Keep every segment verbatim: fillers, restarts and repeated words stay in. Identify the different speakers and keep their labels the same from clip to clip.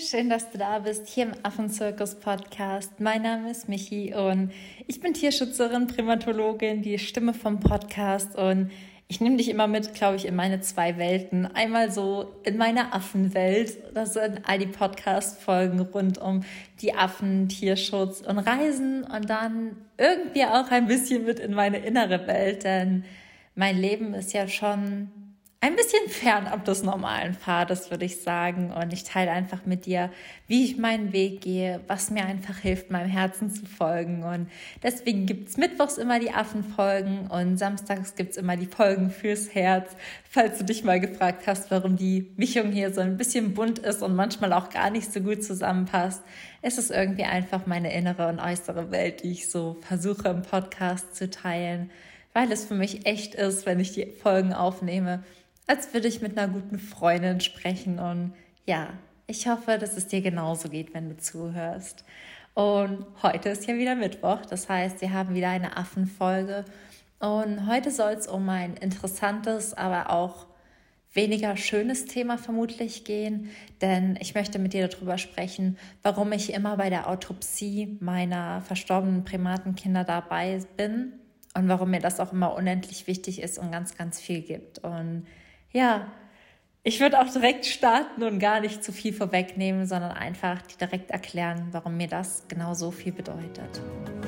Speaker 1: schön, dass du da bist, hier im Affenzirkus-Podcast. Mein Name ist Michi und ich bin Tierschützerin, Primatologin, die Stimme vom Podcast und ich nehme dich immer mit, glaube ich, in meine zwei Welten. Einmal so in meine Affenwelt, das sind all die Podcast-Folgen rund um die Affen, Tierschutz und Reisen und dann irgendwie auch ein bisschen mit in meine innere Welt, denn mein Leben ist ja schon ein bisschen fernab des normalen Pfades, würde ich sagen. Und ich teile einfach mit dir, wie ich meinen Weg gehe, was mir einfach hilft, meinem Herzen zu folgen. Und deswegen gibt's mittwochs immer die Affenfolgen und samstags gibt's immer die Folgen fürs Herz. Falls du dich mal gefragt hast, warum die Mischung hier so ein bisschen bunt ist und manchmal auch gar nicht so gut zusammenpasst, es ist irgendwie einfach meine innere und äußere Welt, die ich so versuche im Podcast zu teilen, weil es für mich echt ist, wenn ich die Folgen aufnehme, als würde ich mit einer guten Freundin sprechen. Und ja, ich hoffe, dass es dir genauso geht, wenn du zuhörst. Und heute ist ja wieder Mittwoch, das heißt, wir haben wieder eine Affenfolge. Und heute soll es um ein interessantes, aber auch weniger schönes Thema vermutlich gehen, denn ich möchte mit dir darüber sprechen, warum ich immer bei der Autopsie meiner verstorbenen Primatenkinder dabei bin und warum mir das auch immer unendlich wichtig ist und ganz, ganz viel gibt. Und ja, ich würde auch direkt starten und gar nicht zu viel vorwegnehmen, sondern einfach dir direkt erklären, warum mir das genau so viel bedeutet.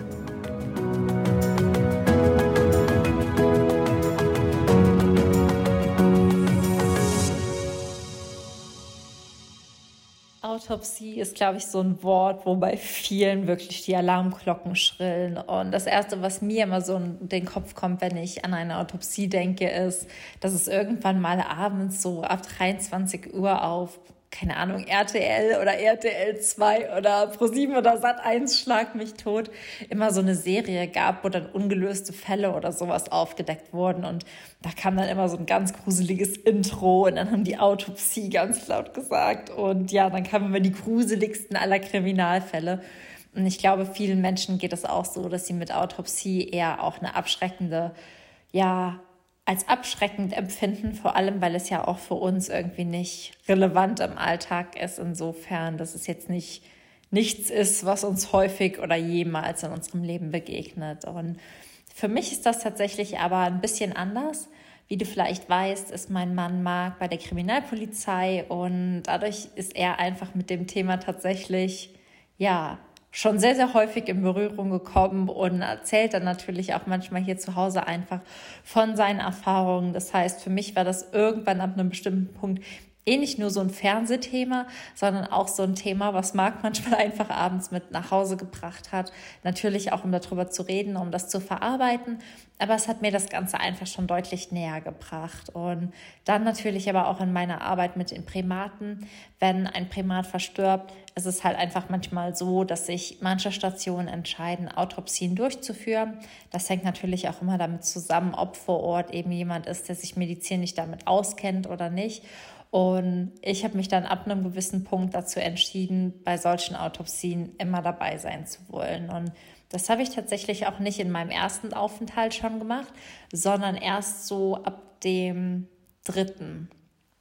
Speaker 1: Autopsie ist, glaube ich, so ein Wort, wo bei vielen wirklich die Alarmglocken schrillen. Und das Erste, was mir immer so in den Kopf kommt, wenn ich an eine Autopsie denke, ist, dass es irgendwann mal abends so ab dreiundzwanzig Uhr auf, keine Ahnung, R T L oder R T L zwei oder ProSieben oder Sat eins Schlag mich tot, immer so eine Serie gab, wo dann ungelöste Fälle oder sowas aufgedeckt wurden. Und da kam dann immer so ein ganz gruseliges Intro und dann haben die Autopsie ganz laut gesagt. Und ja, dann kamen immer die gruseligsten aller Kriminalfälle. Und ich glaube, vielen Menschen geht es auch so, dass sie mit Autopsie eher auch eine abschreckende, ja, als abschreckend empfinden, vor allem, weil es ja auch für uns irgendwie nicht relevant im Alltag ist, insofern, dass es jetzt nicht nichts ist, was uns häufig oder jemals in unserem Leben begegnet. Und für mich ist das tatsächlich aber ein bisschen anders. Wie du vielleicht weißt, ist mein Mann Marc bei der Kriminalpolizei und dadurch ist er einfach mit dem Thema tatsächlich, ja, schon sehr, sehr häufig in Berührung gekommen und erzählt dann natürlich auch manchmal hier zu Hause einfach von seinen Erfahrungen. Das heißt, für mich war das irgendwann ab einem bestimmten Punkt eh nicht nur so ein Fernsehthema, sondern auch so ein Thema, was Marc manchmal einfach abends mit nach Hause gebracht hat. Natürlich auch, um darüber zu reden, um das zu verarbeiten. Aber es hat mir das Ganze einfach schon deutlich näher gebracht. Und dann natürlich aber auch in meiner Arbeit mit den Primaten. Wenn ein Primat verstirbt, ist es halt einfach manchmal so, dass sich manche Stationen entscheiden, Autopsien durchzuführen. Das hängt natürlich auch immer damit zusammen, ob vor Ort eben jemand ist, der sich medizinisch damit auskennt oder nicht. Und ich habe mich dann ab einem gewissen Punkt dazu entschieden, bei solchen Autopsien immer dabei sein zu wollen. Und das habe ich tatsächlich auch nicht in meinem ersten Aufenthalt schon gemacht, sondern erst so ab dem dritten.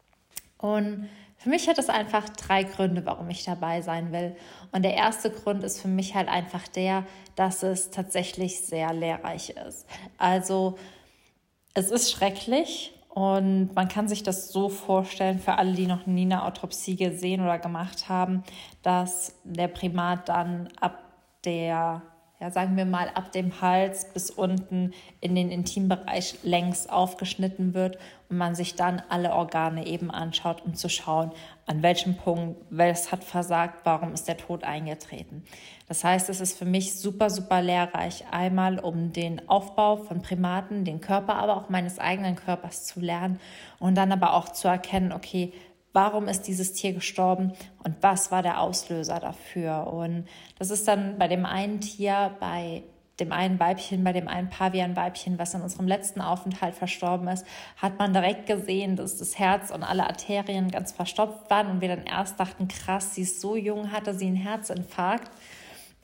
Speaker 1: Und für mich hat es einfach drei Gründe, warum ich dabei sein will. Und der erste Grund ist für mich halt einfach der, dass es tatsächlich sehr lehrreich ist. Also es ist schrecklich. Und man kann sich das so vorstellen, für alle, die noch nie eine Autopsie gesehen oder gemacht haben, dass der Primat dann ab der, ja sagen wir mal, ab dem Hals bis unten in den Intimbereich längs aufgeschnitten wird und man sich dann alle Organe eben anschaut, um zu schauen, an welchem Punkt, welches hat versagt, warum ist der Tod eingetreten. Das heißt, es ist für mich super, super lehrreich, einmal um den Aufbau von Primaten, den Körper, aber auch meines eigenen Körpers zu lernen und dann aber auch zu erkennen, okay, warum ist dieses Tier gestorben und was war der Auslöser dafür? Und das ist dann bei dem einen Tier, bei dem einen Weibchen, bei dem einen Pavianweibchen, was in unserem letzten Aufenthalt verstorben ist, hat man direkt gesehen, dass das Herz und alle Arterien ganz verstopft waren und wir dann erst dachten, krass, sie ist so jung, hatte sie einen Herzinfarkt.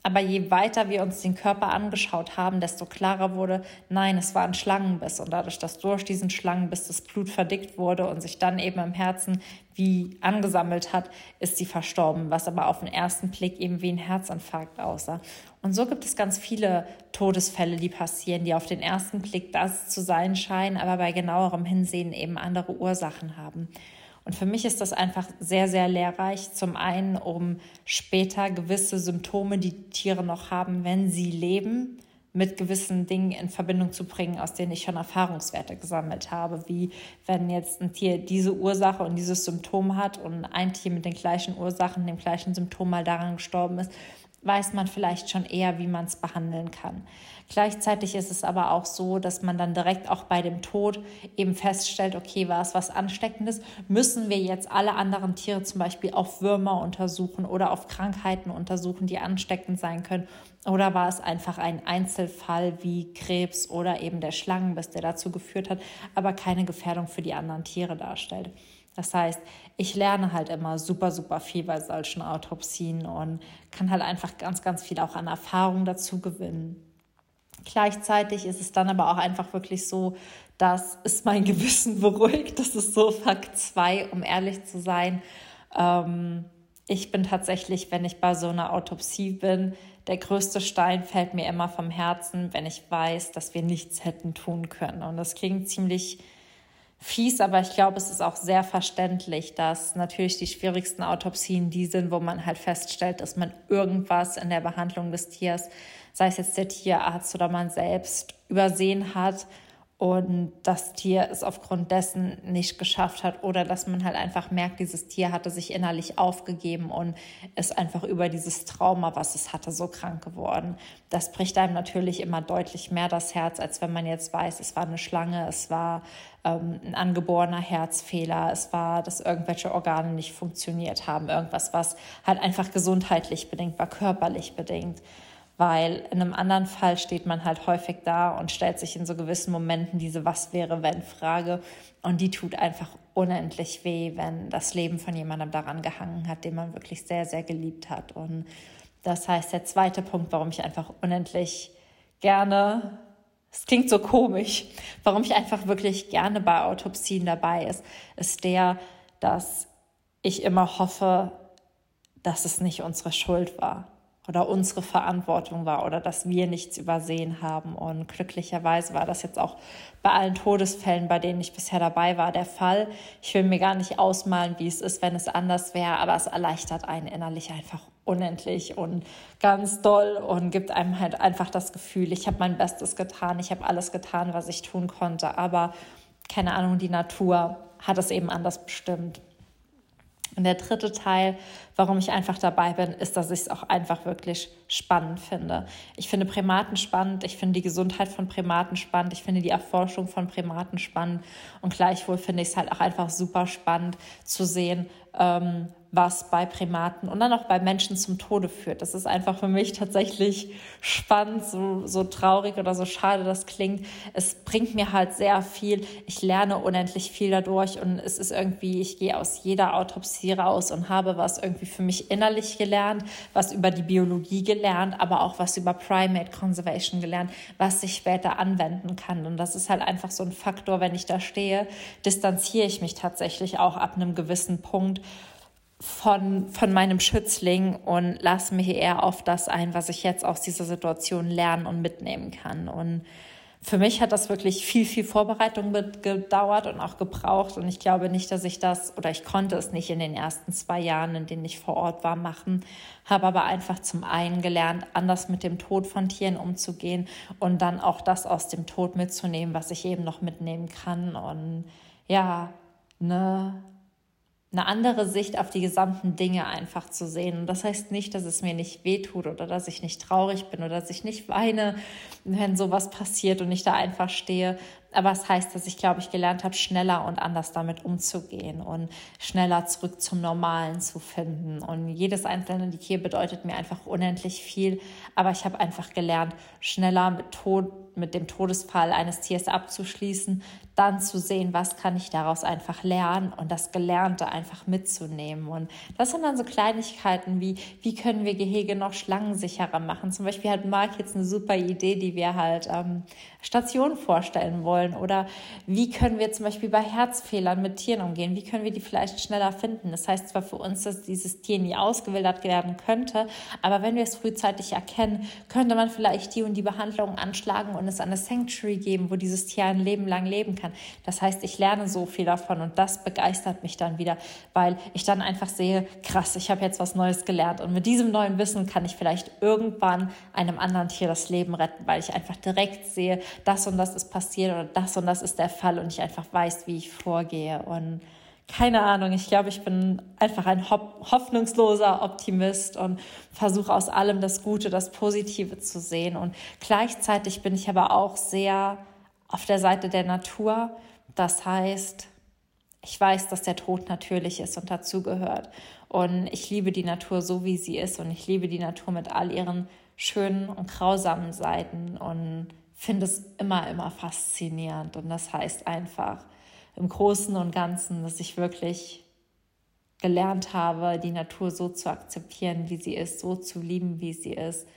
Speaker 1: Aber je weiter wir uns den Körper angeschaut haben, desto klarer wurde, nein, es war ein Schlangenbiss. Und dadurch, dass durch diesen Schlangenbiss das Blut verdickt wurde und sich dann eben im Herzen wie angesammelt hat, ist sie verstorben, was aber auf den ersten Blick eben wie ein Herzinfarkt aussah. Und so gibt es ganz viele Todesfälle, die passieren, die auf den ersten Blick das zu sein scheinen, aber bei genauerem Hinsehen eben andere Ursachen haben. Und für mich ist das einfach sehr, sehr lehrreich. Zum einen, um später gewisse Symptome, die Tiere noch haben, wenn sie leben, mit gewissen Dingen in Verbindung zu bringen, aus denen ich schon Erfahrungswerte gesammelt habe. Wie wenn jetzt ein Tier diese Ursache und dieses Symptom hat und ein Tier mit den gleichen Ursachen, dem gleichen Symptom mal daran gestorben ist, weiß man vielleicht schon eher, wie man es behandeln kann. Gleichzeitig ist es aber auch so, dass man dann direkt auch bei dem Tod eben feststellt, okay, war es was Ansteckendes? Müssen wir jetzt alle anderen Tiere zum Beispiel auf Würmer untersuchen oder auf Krankheiten untersuchen, die ansteckend sein können? Oder war es einfach ein Einzelfall wie Krebs oder eben der Schlangenbiss, der dazu geführt hat, aber keine Gefährdung für die anderen Tiere darstellt? Das heißt, ich lerne halt immer super, super viel bei solchen Autopsien und kann halt einfach ganz, ganz viel auch an Erfahrung dazu gewinnen. Gleichzeitig ist es dann aber auch einfach wirklich so, dass es mein Gewissen beruhigt. Das ist so Fakt zwei, um ehrlich zu sein. Ähm, ich bin tatsächlich, wenn ich bei so einer Autopsie bin, der größte Stein fällt mir immer vom Herzen, wenn ich weiß, dass wir nichts hätten tun können. Und das klingt ziemlich fies, aber ich glaube, es ist auch sehr verständlich, dass natürlich die schwierigsten Autopsien die sind, wo man halt feststellt, dass man irgendwas in der Behandlung des Tiers, sei es jetzt der Tierarzt oder man selbst, übersehen hat und das Tier es aufgrund dessen nicht geschafft hat oder dass man halt einfach merkt, dieses Tier hatte sich innerlich aufgegeben und ist einfach über dieses Trauma, was es hatte, so krank geworden. Das bricht einem natürlich immer deutlich mehr das Herz, als wenn man jetzt weiß, es war eine Schlange, es war ähm, ein angeborener Herzfehler, es war, dass irgendwelche Organe nicht funktioniert haben, irgendwas, was halt einfach gesundheitlich bedingt war, körperlich bedingt. Weil in einem anderen Fall steht man halt häufig da und stellt sich in so gewissen Momenten diese Was-wäre-wenn-Frage und die tut einfach unendlich weh, wenn das Leben von jemandem daran gehangen hat, den man wirklich sehr, sehr geliebt hat. Und das heißt, der zweite Punkt, warum ich einfach unendlich gerne, es klingt so komisch, warum ich einfach wirklich gerne bei Autopsien dabei ist, ist der, dass ich immer hoffe, dass es nicht unsere Schuld war oder unsere Verantwortung war oder dass wir nichts übersehen haben. Und glücklicherweise war das jetzt auch bei allen Todesfällen, bei denen ich bisher dabei war, der Fall. Ich will mir gar nicht ausmalen, wie es ist, wenn es anders wäre, aber es erleichtert einen innerlich einfach unendlich und ganz doll und gibt einem halt einfach das Gefühl, ich habe mein Bestes getan, ich habe alles getan, was ich tun konnte, aber keine Ahnung, die Natur hat es eben anders bestimmt. Und der dritte Teil, warum ich einfach dabei bin, ist, dass ich es auch einfach wirklich spannend finde. Ich finde Primaten spannend, ich finde die Gesundheit von Primaten spannend, ich finde die Erforschung von Primaten spannend und gleichwohl finde ich es halt auch einfach super spannend zu sehen, ähm, was bei Primaten und dann auch bei Menschen zum Tode führt. Das ist einfach für mich tatsächlich spannend, so, so traurig oder so schade das klingt. Es bringt mir halt sehr viel. Ich lerne unendlich viel dadurch und es ist irgendwie, ich gehe aus jeder Autopsie raus und habe was irgendwie für mich innerlich gelernt, was über die Biologie gelernt, aber auch was über Primate Conservation gelernt, was ich später anwenden kann. Und das ist halt einfach so ein Faktor, wenn ich da stehe, distanziere ich mich tatsächlich auch ab einem gewissen Punkt von, von meinem Schützling und lasse mich eher auf das ein, was ich jetzt aus dieser Situation lernen und mitnehmen kann. Und für mich hat das wirklich viel, viel Vorbereitung gedauert und auch gebraucht. Und ich glaube nicht, dass ich das, oder ich konnte es nicht in den ersten zwei Jahren, in denen ich vor Ort war, machen. Habe aber einfach zum einen gelernt, anders mit dem Tod von Tieren umzugehen und dann auch das aus dem Tod mitzunehmen, was ich eben noch mitnehmen kann. Und ja, eine... eine andere Sicht auf die gesamten Dinge einfach zu sehen. Und das heißt nicht, dass es mir nicht wehtut oder dass ich nicht traurig bin oder dass ich nicht weine, wenn sowas passiert und ich da einfach stehe. Aber es heißt, dass ich, glaube ich, gelernt habe, schneller und anders damit umzugehen und schneller zurück zum Normalen zu finden. Und jedes einzelne Tier bedeutet mir einfach unendlich viel. Aber ich habe einfach gelernt, schneller mit Tod, mit dem Todesfall eines Tiers abzuschließen, dann zu sehen, was kann ich daraus einfach lernen und das Gelernte einfach mitzunehmen. Und das sind dann so Kleinigkeiten wie, wie können wir Gehege noch schlangensicherer machen? Zum Beispiel hat Marc jetzt eine super Idee, die wir halt ähm, Stationen vorstellen wollen. Oder wie können wir zum Beispiel bei Herzfehlern mit Tieren umgehen? Wie können wir die vielleicht schneller finden? Das heißt zwar für uns, dass dieses Tier nie ausgewildert werden könnte, aber wenn wir es frühzeitig erkennen, könnte man vielleicht die und die Behandlungen anschlagen und es an eine Sanctuary geben, wo dieses Tier ein Leben lang leben kann. Das heißt, ich lerne so viel davon und das begeistert mich dann wieder, weil ich dann einfach sehe, krass, ich habe jetzt was Neues gelernt und mit diesem neuen Wissen kann ich vielleicht irgendwann einem anderen Tier das Leben retten, weil ich einfach direkt sehe, das und das ist passiert oder das und das ist der Fall und ich einfach weiß, wie ich vorgehe. Und keine Ahnung, ich glaube, ich bin einfach ein hoffnungsloser Optimist und versuche aus allem das Gute, das Positive zu sehen. Und gleichzeitig bin ich aber auch sehr auf der Seite der Natur. Das heißt, ich weiß, dass der Tod natürlich ist und dazugehört. Und ich liebe die Natur so, wie sie ist. Und ich liebe die Natur mit all ihren schönen und grausamen Seiten und finde es immer, immer faszinierend. Und das heißt einfach im Großen und Ganzen, dass ich wirklich gelernt habe, die Natur so zu akzeptieren, wie sie ist, so zu lieben, wie sie ist.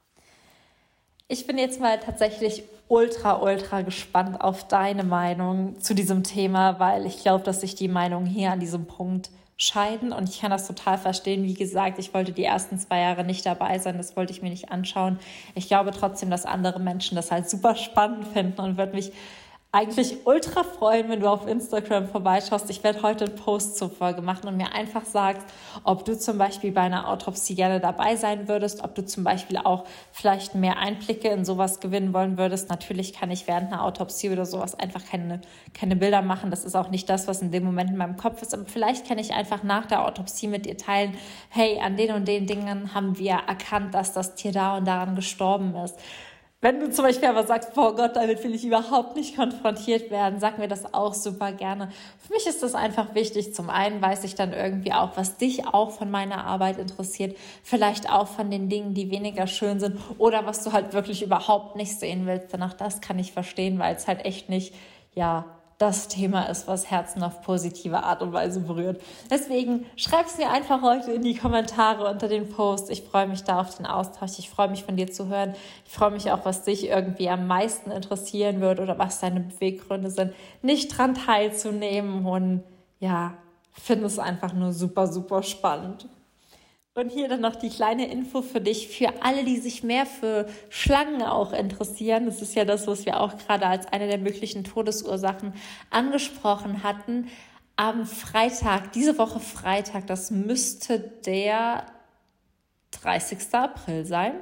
Speaker 1: Ich bin jetzt mal tatsächlich ultra, ultra gespannt auf deine Meinung zu diesem Thema, weil ich glaube, dass sich die Meinungen hier an diesem Punkt scheiden und ich kann das total verstehen. Wie gesagt, ich wollte die ersten zwei Jahre nicht dabei sein, das wollte ich mir nicht anschauen. Ich glaube trotzdem, dass andere Menschen das halt super spannend finden und würde mich eigentlich ultra freuen, wenn du auf Instagram vorbeischaust. Ich werde heute einen Post zur Folge machen und mir einfach sagst, ob du zum Beispiel bei einer Autopsie gerne dabei sein würdest, ob du zum Beispiel auch vielleicht mehr Einblicke in sowas gewinnen wollen würdest. Natürlich kann ich während einer Autopsie oder sowas einfach keine, keine Bilder machen. Das ist auch nicht das, was in dem Moment in meinem Kopf ist. Aber vielleicht kann ich einfach nach der Autopsie mit dir teilen, hey, an den und den Dingen haben wir erkannt, dass das Tier da und daran gestorben ist. Wenn du zum Beispiel aber sagst, boah Gott, damit will ich überhaupt nicht konfrontiert werden, sag mir das auch super gerne. Für mich ist das einfach wichtig. Zum einen weiß ich dann irgendwie auch, was dich auch von meiner Arbeit interessiert, vielleicht auch von den Dingen, die weniger schön sind oder was du halt wirklich überhaupt nicht sehen willst. Denn auch das kann ich verstehen, weil es halt echt nicht, ja, das Thema ist, was Herzen auf positive Art und Weise berührt. Deswegen schreib es mir einfach heute in die Kommentare unter den Post. Ich freue mich da auf den Austausch. Ich freue mich von dir zu hören. Ich freue mich auch, was dich irgendwie am meisten interessieren wird oder was deine Beweggründe sind, nicht dran teilzunehmen. Und ja, finde es einfach nur super, super spannend. Und hier dann noch die kleine Info für dich, für alle, die sich mehr für Schlangen auch interessieren. Das ist ja das, was wir auch gerade als eine der möglichen Todesursachen angesprochen hatten. Am Freitag, diese Woche Freitag, das müsste der dreißigster April sein.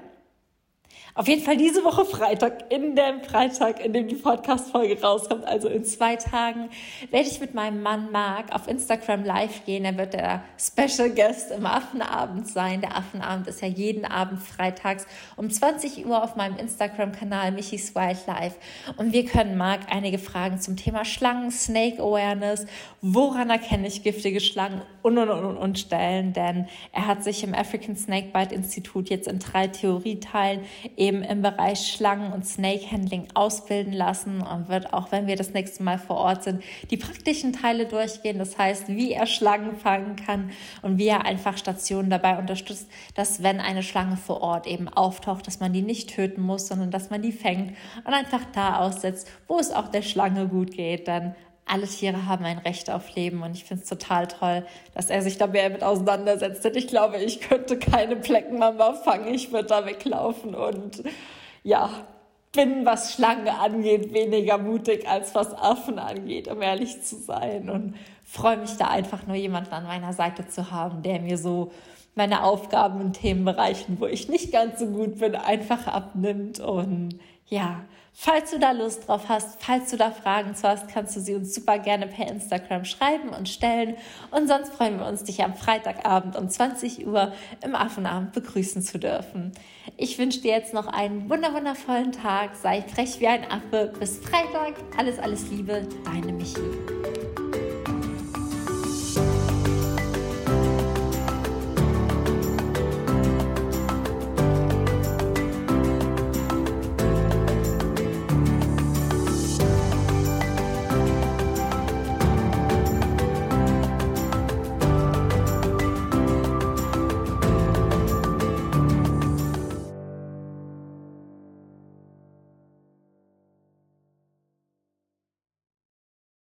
Speaker 1: Auf jeden Fall diese Woche Freitag, in dem Freitag, in dem die Podcast-Folge rauskommt, also in zwei Tagen, werde ich mit meinem Mann Marc auf Instagram live gehen. Er wird der Special Guest im Affenabend sein. Der Affenabend ist ja jeden Abend freitags um zwanzig Uhr auf meinem Instagram-Kanal Michis Wildlife. Und wir können Marc einige Fragen zum Thema Schlangen, Snake Awareness, woran erkenne ich giftige Schlangen und, und, und, und stellen. Denn er hat sich im African Snakebite Institut jetzt in drei Theorieteilen eben im Bereich Schlangen- und Snake-Handling ausbilden lassen und wird auch, wenn wir das nächste Mal vor Ort sind, die praktischen Teile durchgehen. Das heißt, wie er Schlangen fangen kann und wie er einfach Stationen dabei unterstützt, dass wenn eine Schlange vor Ort eben auftaucht, dass man die nicht töten muss, sondern dass man die fängt und einfach da aussetzt, wo es auch der Schlange gut geht. Dann alle Tiere haben ein Recht auf Leben und ich finde es total toll, dass er sich da mehr mit auseinandersetzt. Denn ich glaube, ich könnte keine Pleckenmamba fangen, ich würde da weglaufen und ja, bin, was Schlangen angeht, weniger mutig, als was Affen angeht, um ehrlich zu sein. Und freue mich da einfach nur, jemanden an meiner Seite zu haben, der mir so meine Aufgaben in Themenbereichen, wo ich nicht ganz so gut bin, einfach abnimmt. Und ja, falls du da Lust drauf hast, falls du da Fragen zu hast, kannst du sie uns super gerne per Instagram schreiben und stellen. Und sonst freuen wir uns, dich am Freitagabend um zwanzig Uhr im Affenabend begrüßen zu dürfen. Ich wünsche dir jetzt noch einen wunderwundervollen Tag. Sei frech wie ein Affe. Bis Freitag. Alles, alles Liebe. Deine Michi.